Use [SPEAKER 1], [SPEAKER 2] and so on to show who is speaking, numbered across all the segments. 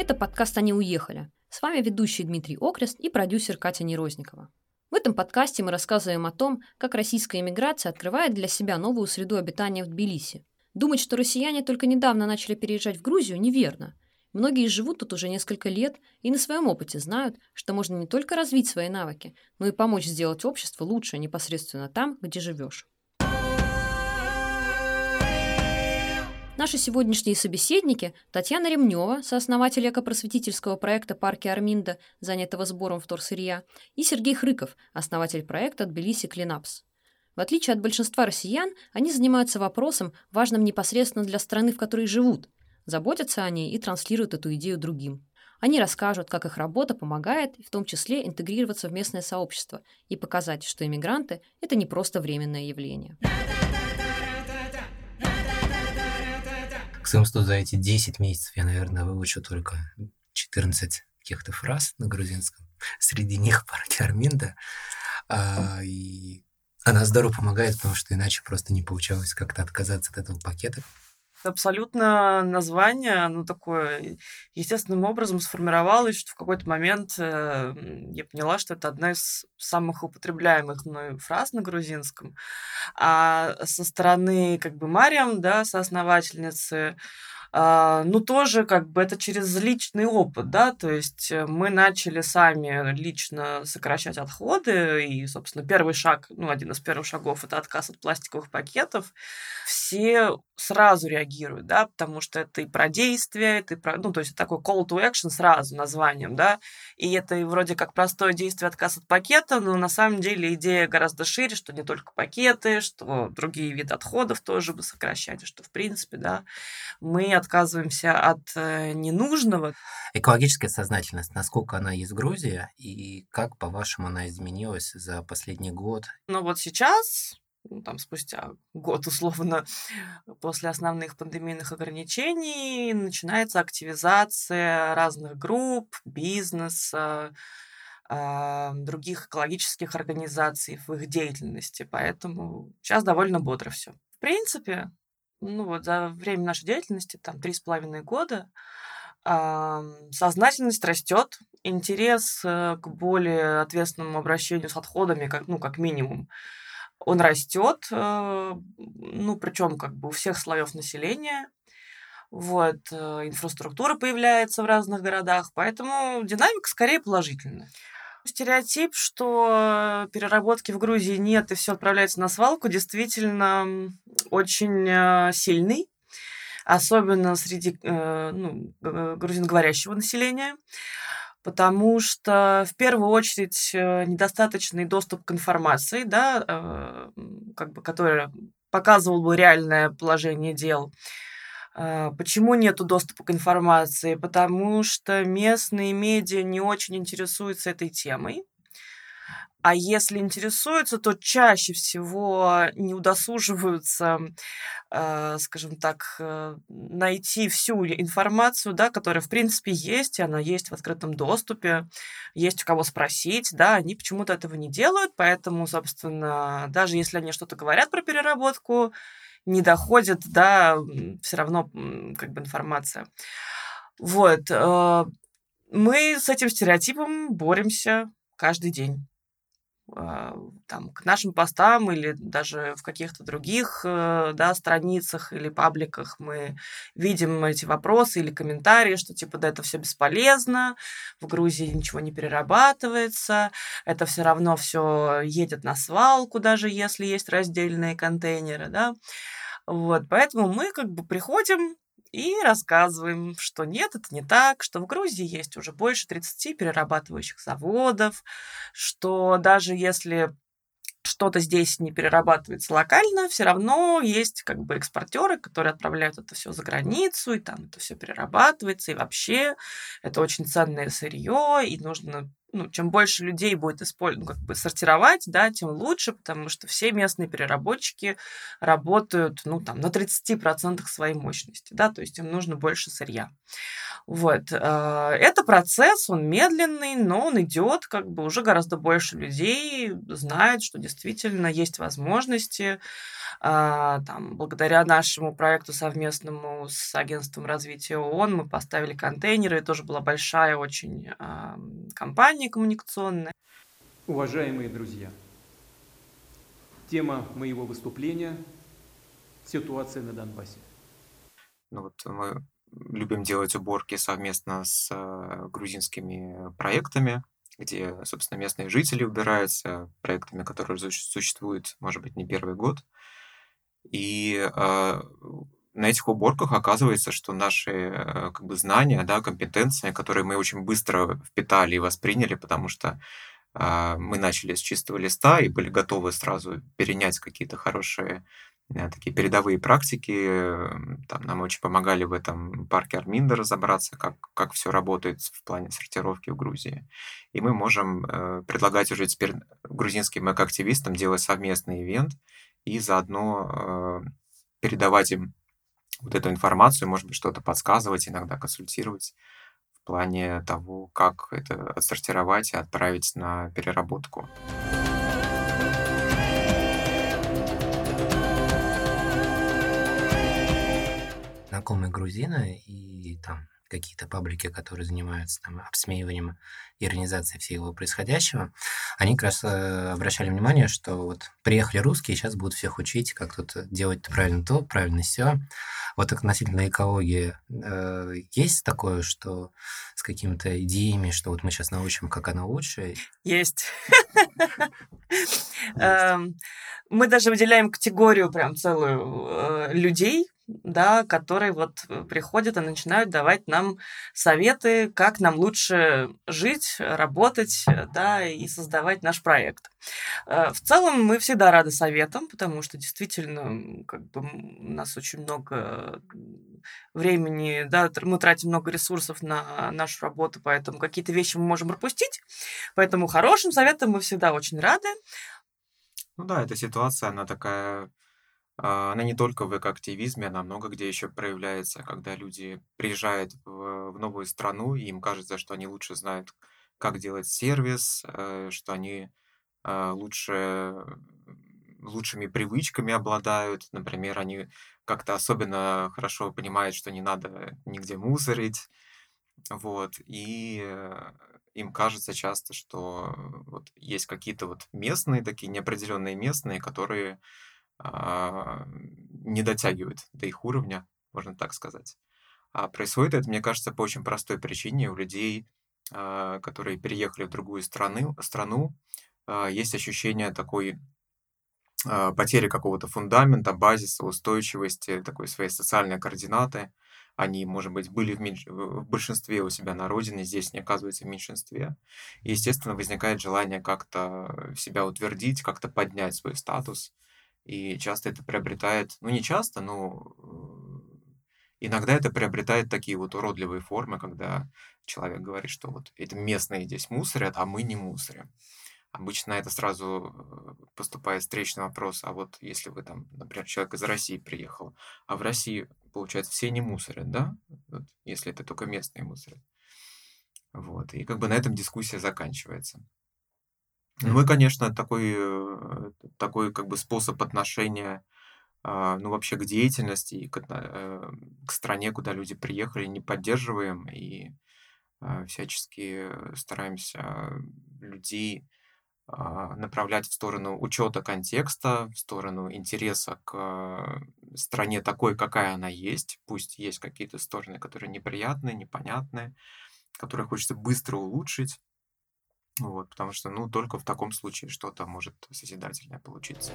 [SPEAKER 1] Это подкаст «Они уехали». С вами ведущий Дмитрий Окрест и продюсер Катя Нерозникова. В этом подкасте мы рассказываем о том, как российская эмиграция открывает для себя новую среду обитания в Тбилиси. Думать, что россияне только недавно начали переезжать в Грузию, неверно. Многие живут тут уже несколько лет и на своем опыте знают, что можно не только развить свои навыки, но и помочь сделать общество лучше непосредственно там, где живешь. Наши сегодняшние собеседники – Татьяна Ремнева, сооснователь экопросветительского проекта «Парки Арминда», занятого сбором вторсырья, и Сергей Хрыков, основатель проекта «Тбилиси Клинапс». В отличие от большинства россиян, они занимаются вопросом, важным непосредственно для страны, в которой живут, заботятся о ней и транслируют эту идею другим. Они расскажут, как их работа помогает, в том числе интегрироваться в местное сообщество и показать, что иммигранты – это не просто временное явление.
[SPEAKER 2] К совместу за эти 10 месяцев я, наверное, выучу только 14 каких-то фраз на грузинском. Среди них «Парки Арминда». И она здорово помогает, потому что иначе просто не получалось как-то отказаться от этого пакета.
[SPEAKER 3] Абсолютно название, такое естественным образом сформировалось, что в какой-то момент я поняла, что это одна из самых употребляемых мной фраз на грузинском. А со стороны Мариам, соосновательницы, тоже это через личный опыт, то есть мы начали сами лично сокращать отходы, и, собственно, первый шаг, один из первых шагов – это отказ от пластиковых пакетов. Все сразу реагируют, потому что это и про действие, это и про, то есть это такой call to action сразу названием, и это и вроде как простое действие отказ от пакета, но на самом деле идея гораздо шире, что не только пакеты, что другие виды отходов тоже бы сокращать, что, в принципе, мы отказываемся от ненужного.
[SPEAKER 2] Экологическая сознательность, насколько она есть в Грузии, и как, по-вашему, она изменилась за последний год?
[SPEAKER 3] Сейчас, спустя год, условно, после основных пандемийных ограничений, начинается активизация разных групп, бизнеса, других экологических организаций в их деятельности. Поэтому сейчас довольно бодро все. В принципе, за время нашей деятельности, 3,5 года, сознательность растет, интерес к более ответственному обращению с отходами, как минимум, он растет, причем у всех слоев населения. Инфраструктура появляется в разных городах, поэтому динамика скорее положительная. Стереотип, что переработки в Грузии нет и все отправляется на свалку, действительно очень сильный, особенно среди грузиноговорящего населения, потому что в первую очередь недостаточный доступ к информации, которая показывала бы реальное положение дел. Почему нету доступа к информации? Потому что местные медиа не очень интересуются этой темой. А если интересуются, то чаще всего не удосуживаются, найти всю информацию, которая, в принципе, есть, и она есть в открытом доступе, есть у кого спросить, они почему-то этого не делают, поэтому, собственно, даже если они что-то говорят про переработку, не доходит, все равно информация. Мы с этим стереотипом боремся каждый день. К нашим постам или даже в каких-то других страницах или пабликах мы видим эти вопросы или комментарии, что это все бесполезно, в Грузии ничего не перерабатывается, это все равно все едет на свалку, даже если есть раздельные контейнеры, Поэтому мы приходим и рассказываем, что нет, это не так, что в Грузии есть уже больше 30 перерабатывающих заводов, что даже если что-то здесь не перерабатывается локально, все равно есть экспортеры, которые отправляют это все за границу, и там это все перерабатывается, и вообще это очень ценное сырье, и нужно чем больше людей будет сортировать, тем лучше, потому что все местные переработчики работают, на 30% своей мощности, то есть им нужно больше сырья. Это процесс, он медленный, но он идет, уже гораздо больше людей знают, что действительно есть возможности Там, благодаря нашему проекту совместному с Агентством развития ООН мы поставили контейнеры. Это тоже была большая очень компания коммуникационная.
[SPEAKER 4] Уважаемые друзья, тема моего выступления – ситуация на Донбассе.
[SPEAKER 2] Ну вот мы любим делать уборки совместно с грузинскими проектами, где, собственно, местные жители убираются, проектами, которые существуют, может быть, не первый год. И на этих уборках оказывается, что наши как бы знания, да, компетенции, которые мы очень быстро впитали и восприняли, потому что мы начали с чистого листа и были готовы сразу перенять какие-то хорошие такие передовые практики. Там нам очень помогали в этом парке Арминда разобраться, как все работает в плане сортировки в Грузии. И мы можем предлагать уже теперь грузинским экоактивистам делать совместный ивент и заодно передавать им вот эту информацию, может быть, что-то подсказывать, иногда консультировать в плане того, как это отсортировать и отправить на переработку. Знакомые грузины и там какие-то паблики, которые занимаются там обсмеиванием и организацией всего происходящего, они как раз обращали внимание, что вот приехали русские, сейчас будут всех учить, как тут делать правильно то, правильно все. Вот относительно экологии есть такое, что с какими-то идеями, что вот мы сейчас научим, как она лучше?
[SPEAKER 3] Есть. Мы даже выделяем категорию прям целую людей, да, которые вот приходят и начинают давать нам советы, как нам луше жить, работать, да, и создавать наш проект. В целом мы всегда рады советам, потому что действительно как бы у нас очень много времени, да, мы тратим много ресурсов на нашу работу, поэтому какие-то вещи мы можем пропустить. Поэтому хорошим советам мы всегда очень рады.
[SPEAKER 2] Ну да, эта ситуация, она такая, она не только в экоактивизме, она много где еще проявляется, когда люди приезжают в новую страну, и им кажется, что они лучше знают, как делать сервис, что они лучшими привычками обладают. Например, они как-то особенно хорошо понимают, что не надо нигде мусорить. Вот. И им кажется часто, что вот есть какие-то вот местные, такие неопределенные местные, которые не дотягивают до их уровня, можно так сказать. А происходит это, мне кажется, по очень простой причине. У людей, которые переехали в другую страну, есть ощущение такой потери какого-то фундамента, базиса, устойчивости, такой своей социальной координаты. Они, может быть, были в большинстве у себя на родине, здесь не оказываются в меньшинстве. И, естественно, возникает желание как-то себя утвердить, как-то поднять свой статус. И часто это приобретает, ну не часто, но иногда это приобретает такие вот уродливые формы, когда человек говорит, что вот это местные здесь мусорят, а мы не мусорим. Обычно это сразу поступает встречный вопрос, а вот если вы там, например, человек из России приехал, а в России, получается, все не мусорят, да? Вот, если это только местные мусорят. Вот, и как бы на этом дискуссия заканчивается. Ну и, конечно, такой как бы способ отношения, ну, вообще к деятельности и к стране, куда люди приехали, не поддерживаем и всячески стараемся людей направлять в сторону учета контекста, в сторону интереса к стране такой, какая она есть. Пусть есть какие-то стороны, которые неприятные, непонятные, которые хочется быстро улучшить. Вот, потому что, ну, только в таком случае что-то может созидательное получиться.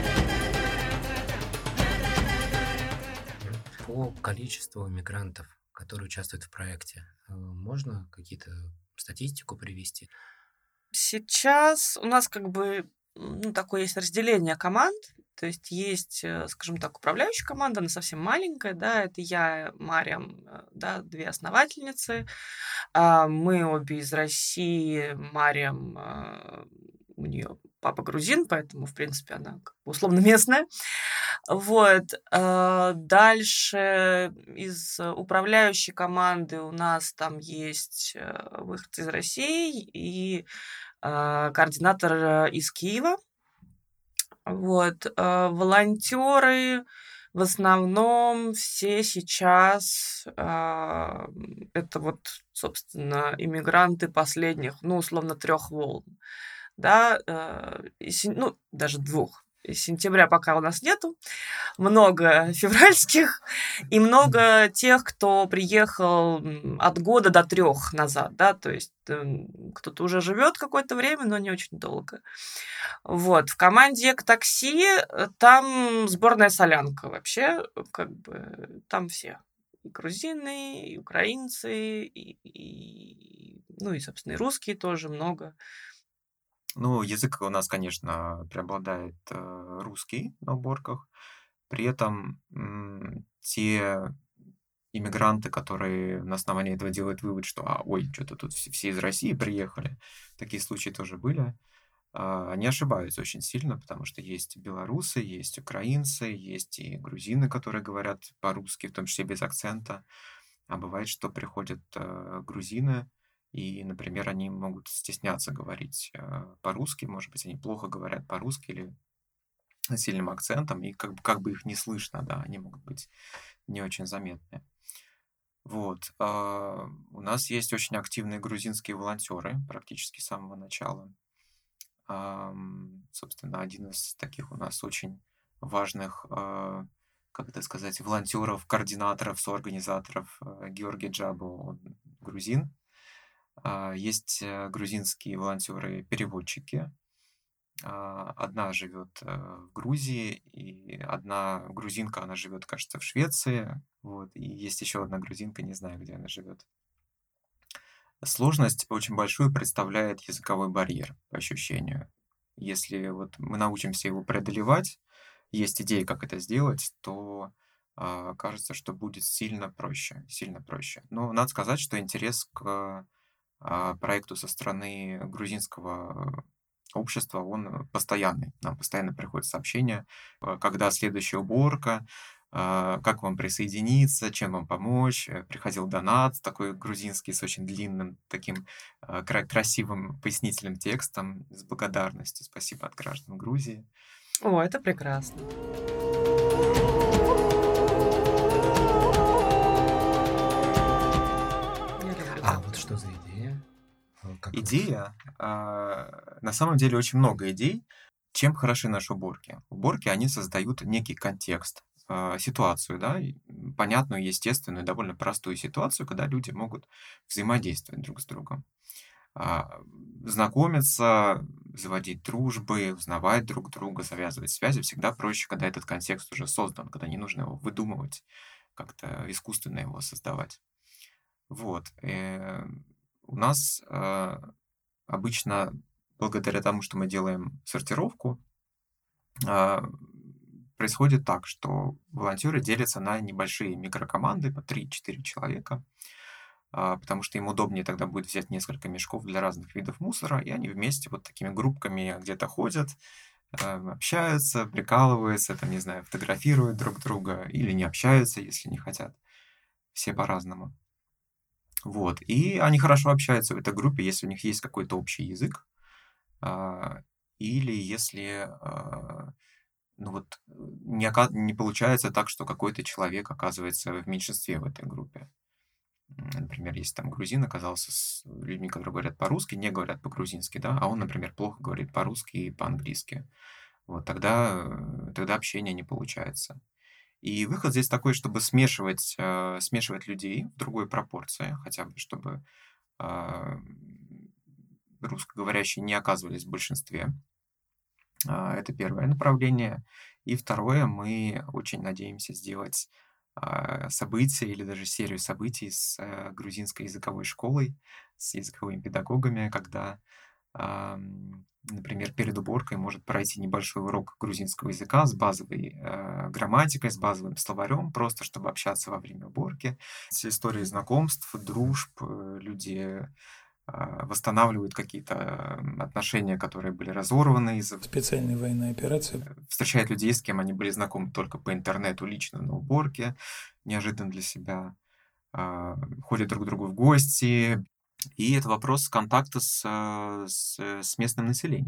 [SPEAKER 2] По количеству мигрантов, которые участвуют в проекте, можно какие-то статистику привести?
[SPEAKER 3] Сейчас у нас как бы такое есть разделение команд. То есть, скажем так, управляющая команда, она совсем маленькая, да, это я, Марьям, да, две основательницы. Мы обе из России, Марьям, у нее папа грузин, поэтому, в принципе, она как бы условно местная. Вот. Дальше из управляющей команды у нас там есть выход из России и координатор из Киева. Вот. Волонтеры в основном все сейчас это вот, собственно, иммигранты последних, ну, условно, 3 волн. Да, ну, даже 2. Из сентября пока у нас нету. Много февральских и много тех, кто приехал от года до 3 назад, да, то есть кто-то уже живет какое-то время, но не очень долго. Вот. В команде «Экотакси» там сборная солянка вообще, как бы там все. И грузины, и украинцы, ну и, собственно, и русские тоже много.
[SPEAKER 5] Ну, язык у нас, конечно, преобладает русский на уборках. При этом те иммигранты, которые на основании этого делают вывод, что, ой, что-то тут все из России приехали, такие случаи тоже были, они ошибаются очень сильно, потому что есть белорусы, есть украинцы, есть и грузины, которые говорят по-русски, в том числе без акцента. А бывает, что приходят грузины, и, например, они могут стесняться говорить по-русски, может быть, они плохо говорят по-русски или с сильным акцентом, и как бы их не слышно, да, они могут быть не очень заметны. Вот. У нас есть очень активные грузинские волонтеры практически с самого начала. Собственно, один из таких у нас очень важных, как это сказать, волонтеров, координаторов, соорганизаторов Георгий Джабо, он грузин. Есть грузинские волонтеры-переводчики. Одна живет в Грузии, и одна грузинка, она живет, кажется, в Швеции. Вот. И есть еще одна грузинка, не знаю, где она живет. Сложность очень большую представляет языковой барьер, по ощущению. Если вот мы научимся его преодолевать, есть идеи, как это сделать, то кажется, что будет сильно проще, сильно проще. Но надо сказать, что интерес к проекту со стороны грузинского общества, он постоянный. Нам постоянно приходят сообщения, когда следующая уборка, как вам присоединиться, чем вам помочь. Приходил донат такой грузинский с очень длинным таким красивым пояснительным текстом с благодарностью. Спасибо от граждан Грузии.
[SPEAKER 3] О, это прекрасно.
[SPEAKER 2] Вот что за идея?
[SPEAKER 5] Идея, на самом деле очень много идей. Чем хороши наши уборки? Уборки, они создают некий контекст, ситуацию, да, понятную, естественную, довольно простую ситуацию, когда люди могут взаимодействовать друг с другом, знакомиться, заводить дружбы, узнавать друг друга, завязывать связи. Всегда проще, когда этот контекст уже создан, когда не нужно его выдумывать, как-то искусственно его создавать. Вот. У нас обычно, благодаря тому, что мы делаем сортировку, происходит так, что волонтеры делятся на небольшие микрокоманды по 3-4 человека, потому что им удобнее тогда будет взять несколько мешков для разных видов мусора, и они вместе вот такими группками где-то ходят, общаются, прикалываются, там, не знаю, фотографируют друг друга или не общаются, если не хотят. Все по-разному. Вот. И они хорошо общаются в этой группе, если у них есть какой-то общий язык, или если не получается так, что какой-то человек оказывается в меньшинстве в этой группе. Например, если там грузин оказался с людьми, которые говорят по-русски, не говорят по-грузински, да, а он, например, плохо говорит по-русски и по-английски. Вот тогда общение не получается. И выход здесь такой, чтобы смешивать людей в другой пропорции, хотя бы, чтобы русскоговорящие не оказывались в большинстве. Это первое направление. И второе, мы очень надеемся сделать события или даже серию событий с грузинской языковой школой, с языковыми педагогами, когда, например, перед уборкой может пройти небольшой урок грузинского языка с базовой грамматикой, с базовым словарем, просто чтобы общаться во время уборки. Все истории знакомств, дружб, люди восстанавливают какие-то отношения, которые были разорваны из-за
[SPEAKER 6] специальной военной операции.
[SPEAKER 5] Встречают людей, с кем они были знакомы только по интернету, лично на уборке, неожиданно для себя. Ходят друг к другу в гости. И это вопрос контакта с местным населением.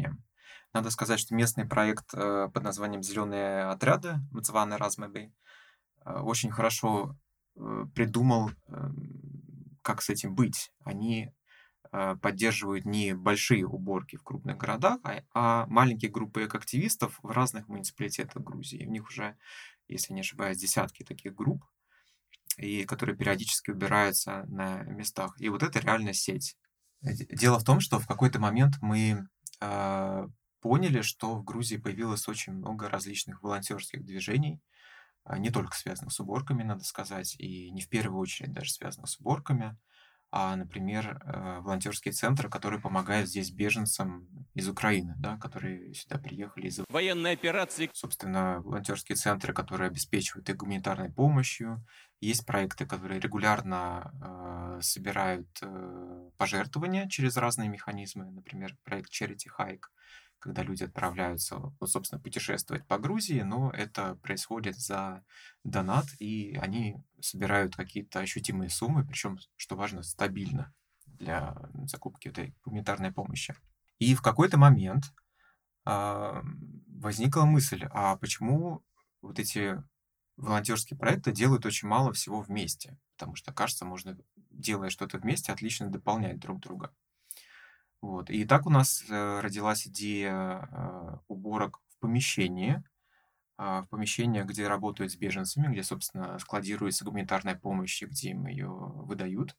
[SPEAKER 5] Надо сказать, что местный проект под названием «Зеленые отряды» Мцваны Размаби очень хорошо придумал, как с этим быть. Они поддерживают не большие уборки в крупных городах, а маленькие группы активистов в разных муниципалитетах Грузии. У них уже, если не ошибаюсь, десятки таких групп, и которые периодически убираются на местах. И вот это реальная сеть. Дело в том, что в какой-то момент мы поняли, что в Грузии появилось очень много различных волонтерских движений, не только связанных с уборками, надо сказать, и не в первую очередь даже связанных с уборками, а, например, волонтерские центры, которые помогают здесь беженцам из Украины, да, которые сюда приехали из
[SPEAKER 7] военной операции.
[SPEAKER 5] Собственно, волонтерские центры, которые обеспечивают их гуманитарной помощью. Есть проекты, которые регулярно собирают пожертвования через разные механизмы. Например, проект Charity Hike, когда люди отправляются, вот, собственно, путешествовать по Грузии, но это происходит за донат, и они собирают какие-то ощутимые суммы, причем, что важно, стабильно для закупки этой гуманитарной помощи. И в какой-то момент возникла мысль, а почему вот эти волонтерские проекты делают очень мало всего вместе? Потому что, кажется, можно, делая что-то вместе, отлично дополнять друг друга. Вот. И так у нас родилась идея уборок в помещении, где работают с беженцами, где, собственно, складируется гуманитарная помощь, и где им ее выдают.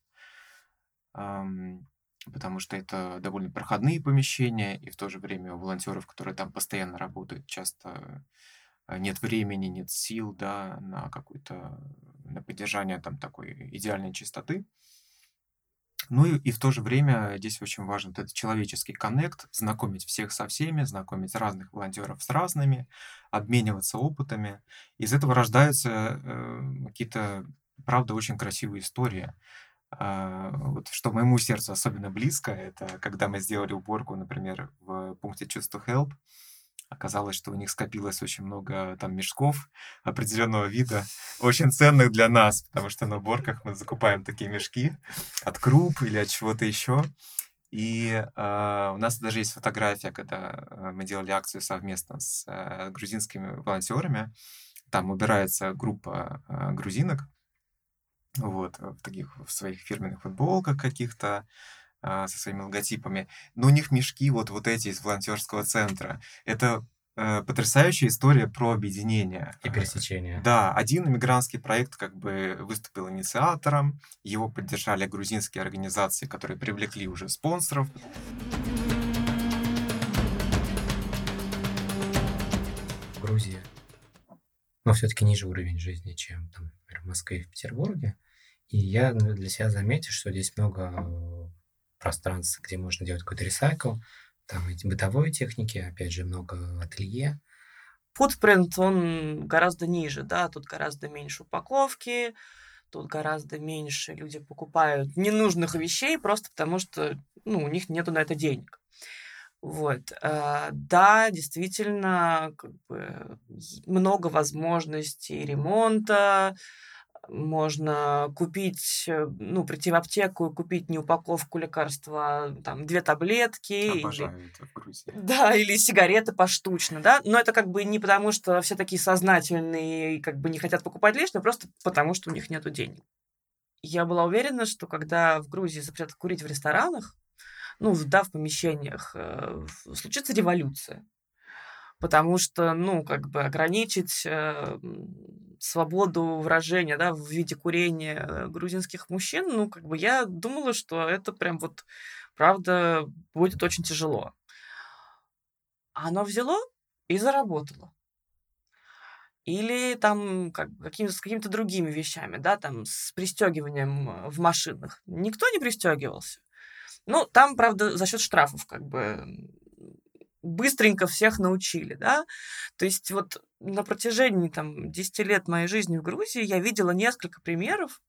[SPEAKER 5] Потому что это довольно проходные помещения, и в то же время у волонтеров, которые там постоянно работают, часто нет времени, нет сил, да, на поддержание там такой идеальной чистоты. Ну и в то же время здесь очень важен этот человеческий коннект, знакомить всех со всеми, знакомить разных волонтеров с разными, обмениваться опытами. Из этого рождаются какие-то, правда, очень красивые истории. Вот что моему сердцу особенно близко, это когда мы сделали уборку, например, в пункте Choose to Help. Оказалось, что у них скопилось очень много там мешков определенного вида, очень ценных для нас, потому что на уборках мы закупаем такие мешки от круп или от чего-то еще. И у нас даже есть фотография, когда мы делали акцию совместно с грузинскими волонтерами. Там убирается группа грузинок, вот, в своих фирменных футболках каких-то, со своими логотипами. Но у них мешки вот эти из волонтерского центра. Это потрясающая история про объединение.
[SPEAKER 2] И пересечение.
[SPEAKER 5] Да, один иммигрантский проект как бы выступил инициатором, его поддержали грузинские организации, которые привлекли уже спонсоров.
[SPEAKER 2] В Грузии, но все-таки ниже уровень жизни, чем там, например, в Москве и в Петербурге. И я для себя заметил, что здесь много пространств, где можно делать какой-то ресайкл, там эти бытовой техники, опять же, много ателье.
[SPEAKER 3] Футпринт, он гораздо ниже, да, тут гораздо меньше упаковки, тут гораздо меньше люди покупают ненужных вещей просто потому, что, у них нету на это денег. Вот. Да, действительно, много возможностей ремонта. Можно купить, прийти в аптеку и купить не упаковку лекарства, а там 2 таблетки.
[SPEAKER 5] Обожаю это в Грузии.
[SPEAKER 3] Да, или сигареты поштучно, да. Но это не потому, что все такие сознательные и не хотят покупать лишнее, просто потому, что у них нету денег. Я была уверена, что когда в Грузии запретят курить в ресторанах, в помещениях, случится революция. Потому что, ограничить свободу выражения, да, в виде курения грузинских мужчин, я думала, что это прям правда будет очень тяжело. А оно взяло и заработало. Или там с какими-то другими вещами, да, там с пристегиванием в машинах. Никто не пристегивался. Там, правда, за счет штрафов быстренько всех научили, да. То есть на протяжении 10 лет моей жизни в Грузии я видела несколько примеров,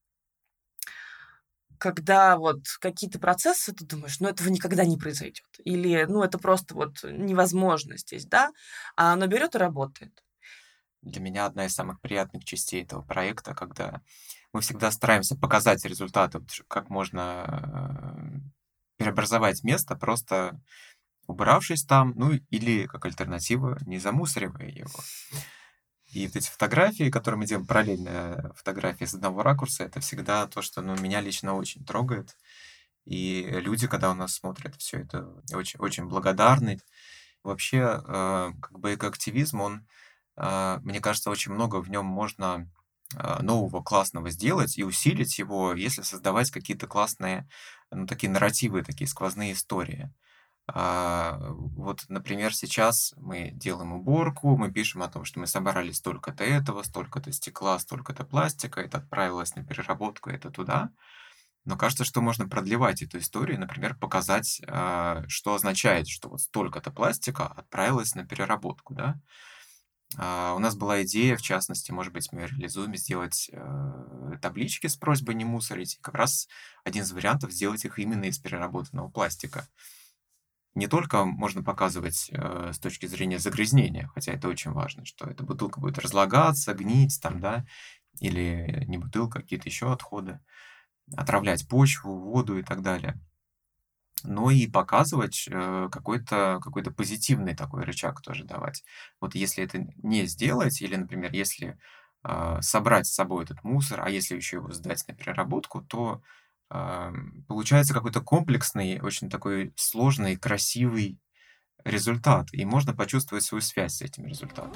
[SPEAKER 3] когда какие-то процессы, ты думаешь, этого никогда не произойдет. Или, это просто невозможно здесь, да. А оно берет и работает.
[SPEAKER 5] Для меня одна из самых приятных частей этого проекта, когда мы всегда стараемся показать результаты, как можно преобразовать место, просто убравшись там, ну или как альтернатива, не замусоривая его. И вот эти фотографии, которые мы делаем, параллельные фотографии с одного ракурса, это всегда то, что меня лично очень трогает. И люди, когда у нас смотрят все это, очень, очень благодарны. Вообще, как бы экоактивизм, он, мне кажется, очень много в нем можно нового, классного сделать и усилить его, если создавать какие-то классные, такие нарративы, такие сквозные истории. Вот, например, сейчас мы делаем уборку, мы пишем о том, что мы собрали столько-то этого, столько-то стекла, столько-то пластика, это отправилось на переработку, это туда. Но кажется, что можно продлевать эту историю, например, показать, что означает, что вот столько-то пластика отправилось на переработку, да. У нас была идея, в частности, может быть, мы реализуем, сделать таблички с просьбой не мусорить. И как раз один из вариантов сделать их именно из переработанного пластика. Не только можно показывать с точки зрения загрязнения, хотя это очень важно, что эта бутылка будет разлагаться, гнить там, да, или не бутылка, а какие-то еще отходы, отравлять почву, воду и так далее. Но и показывать какой-то позитивный такой рычаг тоже давать. Вот если это не сделать, или, например, если собрать с собой этот мусор, а если еще его сдать на переработку, то получается какой-то комплексный, очень такой сложный, красивый результат. И можно почувствовать свою связь с этим результатом.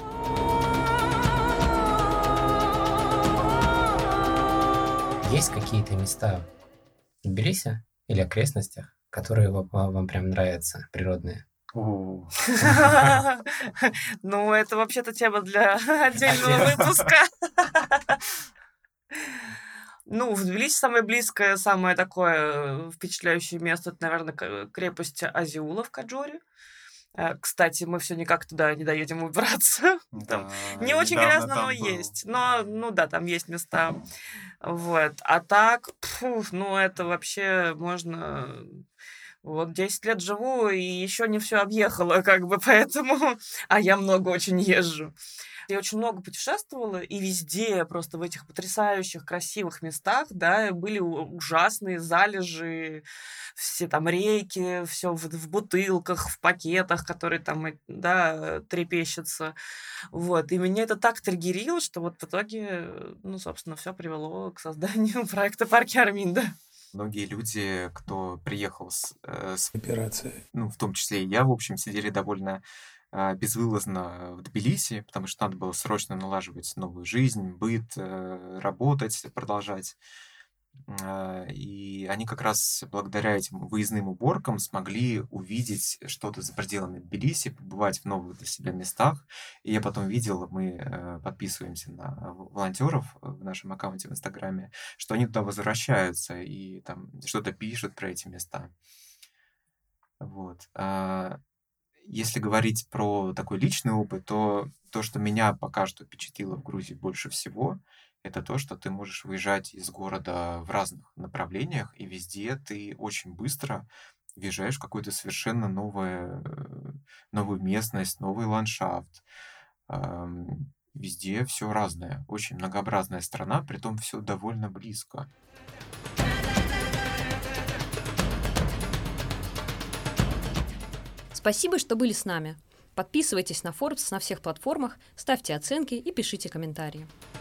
[SPEAKER 2] Есть какие-то места в Тбилиси или окрестностях, которые вам прям нравятся, природные?
[SPEAKER 3] Ну, это вообще-то тема для отдельного выпуска. Ну, в Тбилиси самое близкое, самое такое впечатляющее место, это, наверное, крепость Азиула в Каджоре. Кстати, мы все никак туда не доедем убраться. Там не очень грязно, но есть. Но, ну да, там есть места. Вот. А так, ну это вообще можно... Вот 10 лет живу и еще не все объехала, как бы, поэтому... А я много очень езжу. Я очень много путешествовала, и везде, просто в этих потрясающих, красивых местах, да, были ужасные залежи, все там рейки, все в бутылках, в пакетах, которые там, да, трепещутся. Вот. И меня это так триггерило, что вот в итоге, ну, собственно, все привело к созданию проекта «Парки Арминда».
[SPEAKER 5] Многие люди, кто приехал с
[SPEAKER 6] Операция.
[SPEAKER 5] ну, в том числе и я, в общем, сидели довольно безвылазно в Тбилиси, потому что надо было срочно налаживать новую жизнь, быт, работать, продолжать. И они как раз благодаря этим выездным уборкам смогли увидеть что-то за пределами Тбилиси, побывать в новых для себя местах. И я потом видел, мы подписываемся на волонтеров в нашем аккаунте в Инстаграме, что они туда возвращаются и там что-то пишут про эти места. Вот. Если говорить про такой личный опыт, то то, что меня пока что впечатлило в Грузии больше всего, это то, что ты можешь выезжать из города в разных направлениях, и везде ты очень быстро въезжаешь в какую-то совершенно новую местность, новый ландшафт. Везде все разное, очень многообразная страна, притом все довольно близко.
[SPEAKER 1] Спасибо, что были с нами. Подписывайтесь на Forbes на всех платформах, ставьте оценки и пишите комментарии.